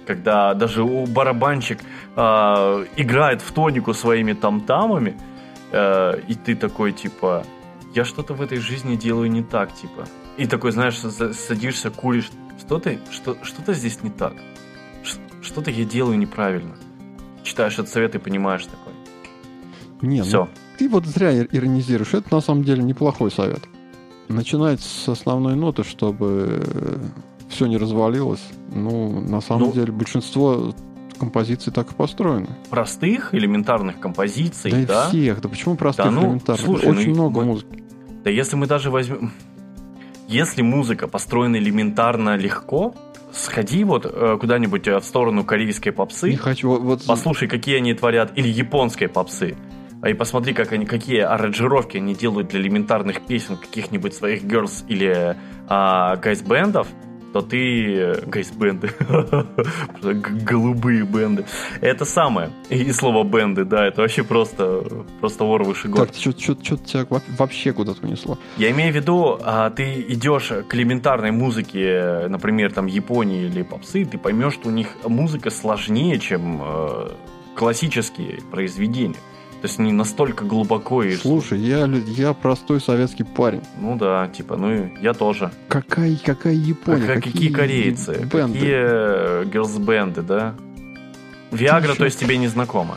когда даже барабанщик играет в тонику своими там-тамами, и ты такой, типа, я что-то в этой жизни делаю не так, типа. И такой, знаешь, садишься, куришь. Что-то здесь не так. Что-то я делаю неправильно. Читаешь этот совет и понимаешь такой.
Не,
все.
Ну, ты вот зря иронизируешь. Это на самом деле неплохой совет. Начинать с основной ноты, чтобы все не развалилось. Ну, на самом деле, большинство композиций так и построены.
Простых, элементарных композиций,
да?
Да,
и всех. Да почему простых, элементарных?
Слушай,
очень много музыки.
Да если мы даже возьмем... Если музыка построена элементарно легко, сходи вот куда-нибудь в сторону корейской попсы.
Не хочу.
Послушай, какие они творят. Или японской попсы. И посмотри, какие аранжировки они делают для элементарных песен каких-нибудь своих girls или гайс-бендов, то ты... Гайс-бенды. Голубые бенды. Это самое. И слово бенды, да, это вообще просто вор выше гор.
Так, что-то тебя вообще куда-то унесло.
Я имею в виду, ты идешь к элементарной музыке, например, там Японии или попсы, ты поймешь, что у них музыка сложнее, чем классические произведения. То есть не настолько глубоко и...
Слушай, я простой советский парень.
Ну да, типа, я тоже.
Какая Япония?
Какие корейцы?
Бенды?
Какие герлс-бенды, да? Виагра, то есть тебе не знакомо?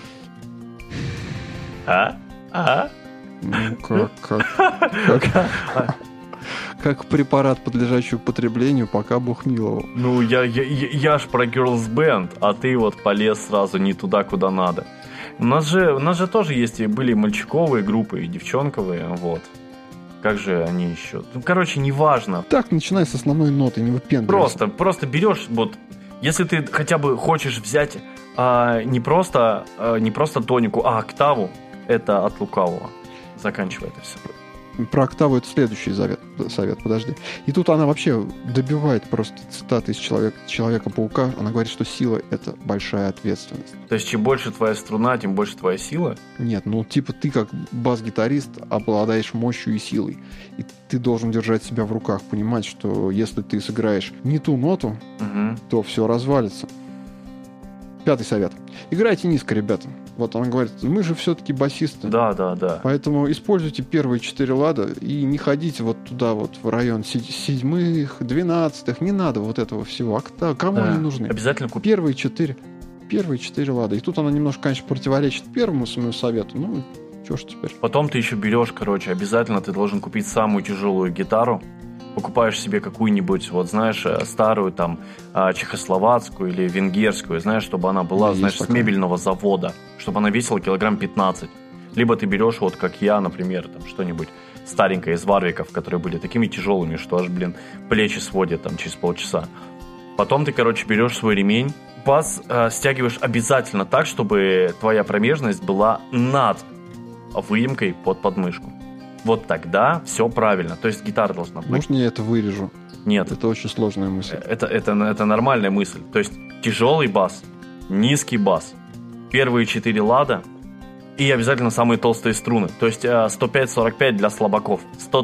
Ну, как препарат, подлежащий употреблению, пока Бог миловал.
Ну, я ж про герлс-бенд, а ты вот полез сразу не туда, куда надо. У нас же тоже были мальчиковые группы и девчонковые, вот. Как же они еще? Ну, короче, неважно.
Так, начинай с основной ноты, не выпендривайся.
Просто берешь, вот, если ты хотя бы хочешь взять не просто тонику, а октаву, это от лукавого. Заканчивай это все.
Про октаву это следующий совет, подожди. И тут она вообще добивает просто цитаты из Человека-паука. Она говорит, что сила — это большая ответственность.
То есть, чем больше твоя струна, тем больше твоя сила?
Нет, ну типа ты как бас-гитарист обладаешь мощью и силой. И ты должен держать себя в руках, понимать, что если ты сыграешь не ту ноту, то все развалится. 5-й совет. Играйте низко, ребята. Вот она говорит, мы же все-таки басисты.
Да.
Поэтому используйте первые 4 лада и не ходите вот туда вот в район 7-х, 12-х. Не надо вот этого всего. Кому они нужны?
Обязательно купи.
Первые 4 лада. И тут она немножко, конечно, противоречит первому своему совету. Ну, что ж теперь.
Потом ты еще берешь, обязательно ты должен купить самую тяжелую гитару. Покупаешь себе какую-нибудь, вот знаешь, старую там чехословацкую или венгерскую, знаешь, чтобы она была, знаешь, с мебельного завода, чтобы она весила килограмм 15. Либо ты берешь, вот как я, например, там что-нибудь старенькое из варвиков, которые были такими тяжелыми, что аж, плечи сводят там через полчаса. Потом ты, берешь свой ремень, бас стягиваешь обязательно так, чтобы твоя промежность была над выемкой под подмышку. Вот тогда все правильно. То есть гитара должна быть.
Можно я это вырежу?
Нет.
Это очень сложная мысль.
Это нормальная мысль. То есть тяжелый бас, низкий бас, первые 4 лада и обязательно самые толстые струны. То есть 105-45 для слабаков.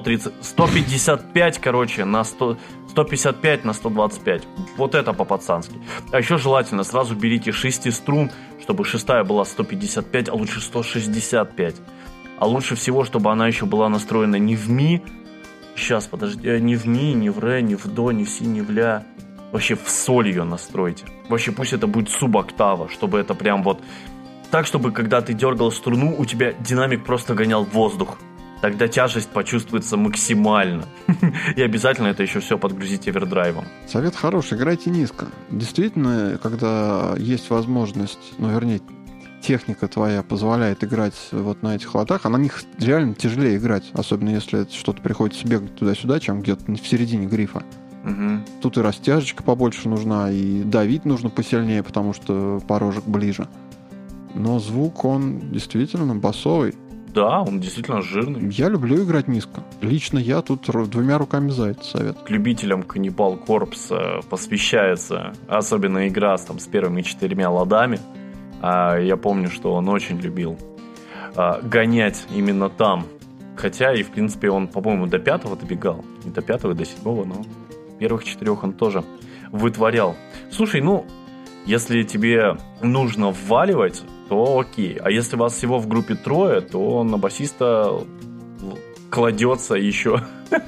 155, на 155 на 125. Вот это по-пацански. А еще желательно сразу берите 6 струн, чтобы шестая была 155, а лучше 165. А лучше всего, чтобы она еще была настроена не в ми. Сейчас, подожди. Не в ми, не в ре, не в до, не в си, не в ля. Вообще в соль ее настройте. Вообще пусть это будет субоктава, чтобы это прям вот... Так, чтобы когда ты дергал струну, у тебя динамик просто гонял воздух. Тогда тяжесть почувствуется максимально. И обязательно это еще все подгрузите овердрайвом.
Совет хороший, играйте низко. Действительно, когда есть возможность, техника твоя позволяет играть вот на этих ладах, на них реально тяжелее играть, особенно если что-то приходится бегать туда-сюда, чем где-то в середине грифа. Тут и растяжечка побольше нужна, и давить нужно посильнее, потому что порожек ближе. Но звук, он действительно басовый.
Да, он действительно жирный.
Я люблю играть низко. Лично я тут 2 руками за этот совет.
К любителям Cannibal Corpse посвящается особенно игра с первыми 4 ладами. Я помню, что он очень любил гонять именно там. Хотя и, в принципе, он, по-моему, до 5-го добегал. Не до 5-го, до 7-го, но первых 4 он тоже вытворял. Слушай, Если тебе нужно вваливать, то окей. А если вас всего в группе 3, то на басиста кладется еще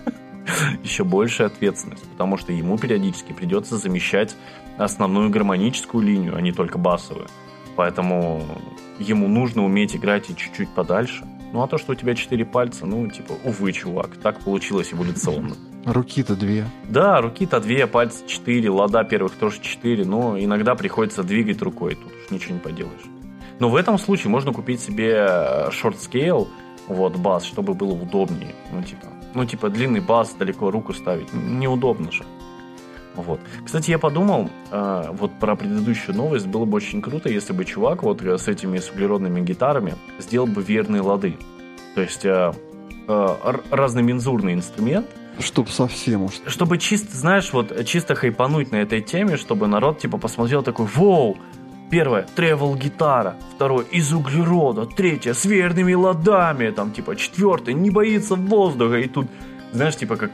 большая ответственность, потому что ему периодически придется замещать основную гармоническую линию, а не только басовую. Поэтому ему нужно уметь играть и чуть-чуть подальше. Ну, а то, что у тебя 4 пальца, увы, чувак, так получилось эволюционно.
Руки-то 2.
Да, руки-то 2, пальцы 4, лада первых тоже 4, но иногда приходится двигать рукой, тут уж ничего не поделаешь. Но в этом случае можно купить себе short scale, бас, чтобы было удобнее. Типа длинный бас, далеко руку ставить, неудобно же. Кстати, я подумал, про предыдущую новость, было бы очень круто, если бы чувак с этими углеродными гитарами сделал бы верные лады. То есть разномензурный инструмент.
Чтобы совсем уж.
Чтобы чисто хайпануть на этой теме, чтобы народ посмотрел такой: «Воу! Первое, тревел-гитара. Второе, из углерода. Третье, с верными ладами. Четвертое, не боится воздуха». И тут, знаешь, как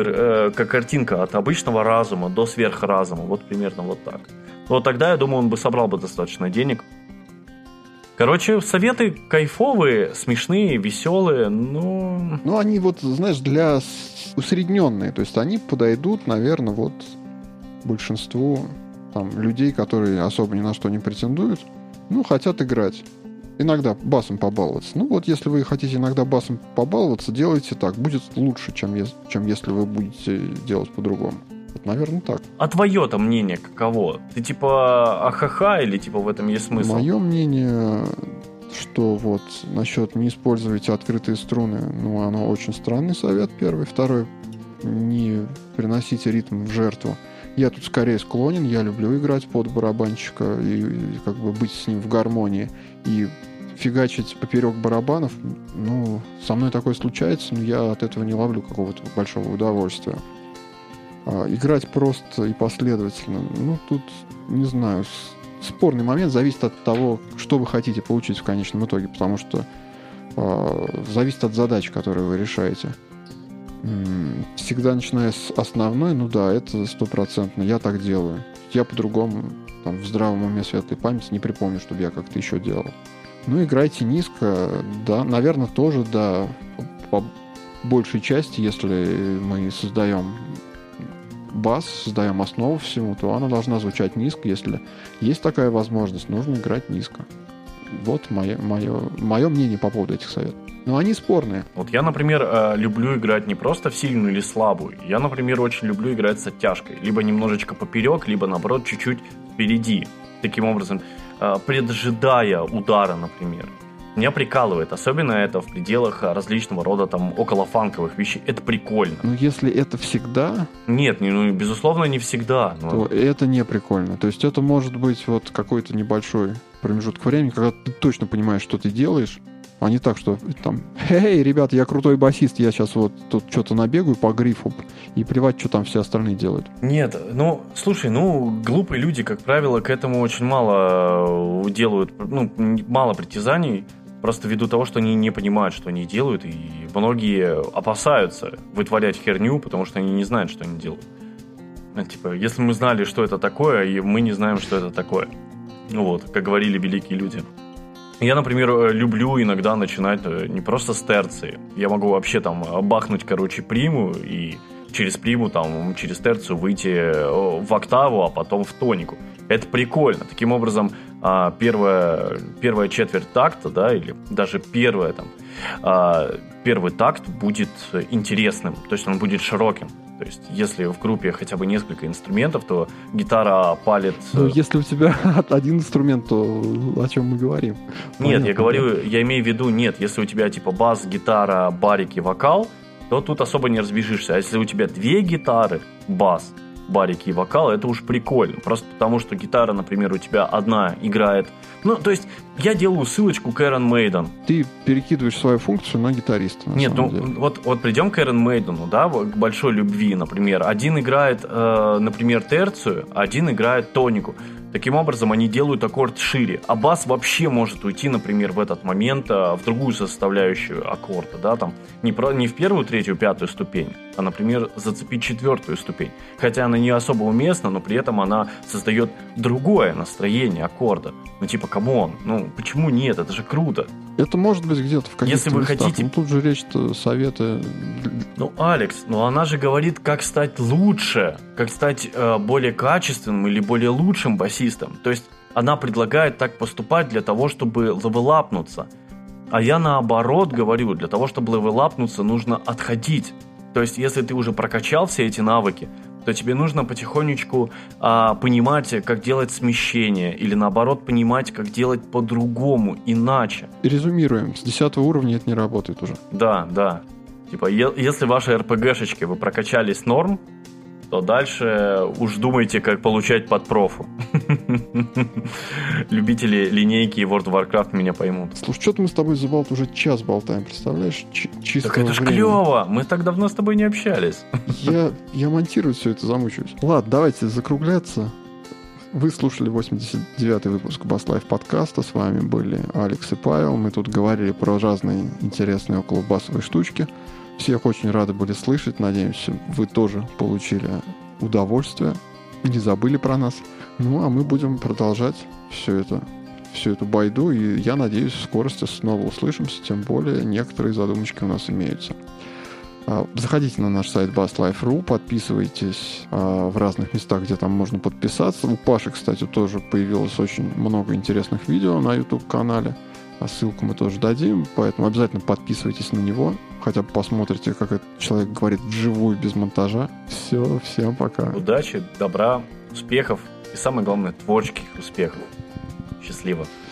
картинка от обычного разума до сверхразума. Примерно так. Тогда, я думаю, он бы собрал бы достаточно денег. Короче, советы кайфовые, смешные, веселые, но...
они знаешь, для усредненные. То есть они подойдут, наверное, большинству людей, которые особо ни на что не претендуют, хотят играть. Иногда басом побаловаться. Если вы хотите иногда басом побаловаться, делайте так. Будет лучше, чем если вы будете делать по-другому. Наверное, так.
А твое-то мнение каково? Ты ахаха или в этом есть смысл?
Мое мнение, что насчет не используйте открытые струны, оно очень странный совет, первый. Второй, не приносите ритм в жертву. Я тут скорее склонен, я люблю играть под барабанщика и быть с ним в гармонии. И фигачить поперек барабанов, со мной такое случается, но я от этого не ловлю какого-то большого удовольствия. Играть просто и последовательно, тут, не знаю, спорный момент, зависит от того, что вы хотите получить в конечном итоге, потому что зависит от задач, которые вы решаете. Всегда начиная с основной, это 100%, я так делаю. Я по-другому, в здравом уме, светлой памяти не припомню, чтобы я как-то еще делал. Играйте низко, да, наверное, тоже, да, по большей части, если мы создаем бас, создаем основу всему, то она должна звучать низко. Если есть такая возможность, нужно играть низко. Мое мнение по поводу этих советов. Но они спорные.
Я, например, люблю играть не просто в сильную или слабую. Я, например, очень люблю играть с оттяжкой. Либо немножечко поперек, либо, наоборот, чуть-чуть впереди. Таким образом, преджидая удара, например. Меня прикалывает. Особенно это в пределах различного рода околофанковых вещей. Это прикольно.
Если это всегда...
Нет, безусловно, не всегда.
То это не прикольно. То есть это может быть какой-то небольшой промежуток времени, когда ты точно понимаешь, что ты делаешь, а не так, что «Эй, ребята, я крутой басист, я сейчас тут что-то набегаю по грифу, и плевать, что там все остальные делают».
Нет, слушай, глупые люди, как правило, к этому очень мало делают, мало притязаний, просто ввиду того, что они не понимают, что они делают, и многие опасаются вытворять херню, потому что они не знают, что они делают. Если мы знали, что это такое, и мы не знаем, что это такое. Как говорили великие люди. Я, например, люблю иногда начинать не просто с терции. Я могу вообще бахнуть, приму и через приму, через терцию выйти в октаву, а потом в тонику. Это прикольно. Таким образом, первая четверть такта, да, или даже первый такт будет интересным, то есть он будет широким. То есть, если в группе хотя бы несколько инструментов, то гитара палит...
если у тебя один инструмент, то о чем мы говорим?
Нет, я имею в виду, если у тебя бас, гитара, барик и вокал, то тут особо не разбежишься. А если у тебя 2 гитары, бас, барики и вокал, это уж прикольно. Просто потому, что гитара, например, у тебя одна играет... то есть, я делаю ссылочку к Iron Maiden.
Ты перекидываешь свою функцию на гитариста.
Нет, придем к Iron Maiden, да, к большой любви, например. Один играет, например, терцию, один играет тонику. Таким образом, они делают аккорд шире. А бас вообще может уйти, например, в этот момент в другую составляющую аккорда, да, не в первую, третью, пятую ступень, а, например, зацепить 4-ю ступень. Хотя она не особо уместна, но при этом она создает другое настроение аккорда. Ну, типа, камон, ну, почему нет? Это же круто.
Это может быть где-то в каких-то
Если вы
местах.
хотите...
Ну, тут же речь-то, советы...
Ну, Алекс, ну она же говорит, как стать лучше, как стать более качественным или более лучшим басистом. То есть она предлагает так поступать для того, чтобы левелапнуться. А я наоборот говорю, для того, чтобы левелапнуться, нужно отходить. То есть если ты уже прокачал все эти навыки, то тебе нужно потихонечку понимать, как делать смещение, или наоборот понимать, как делать по-другому, иначе.
Резюмируем, с 10 уровня это не работает уже.
Да. Типа, если ваши РПГшечки вы прокачались норм, то дальше уж думайте, как получать под профу. Любители линейки и World of Warcraft меня поймут.
Слушай, что-то мы с тобой уже час болтаем, представляешь? Чисто.
Так это ж клево! Мы так давно с тобой не общались.
Я монтировать все это замучаюсь. Ладно, давайте закругляться. Вы слушали 89-й выпуск Bass Life подкаста. С вами были Алекс и Павел. Мы тут говорили про разные интересные околобасовые штучки. Всех очень рады были слышать. Надеемся, вы тоже получили удовольствие. Не забыли про нас. Ну, а мы будем продолжать всю эту байду. И я надеюсь, в скорости снова услышимся. Тем более, некоторые задумочки у нас имеются. Заходите на наш сайт basslife.ru, подписывайтесь в разных местах, где там можно подписаться. У Паши, кстати, тоже появилось очень много интересных видео на YouTube-канале. Ссылку мы тоже дадим, поэтому обязательно подписывайтесь на него. Хотя бы посмотрите, как этот человек говорит вживую, без монтажа. Все, всем пока.
Удачи, добра, успехов и, самое главное, творческих успехов. Счастливо.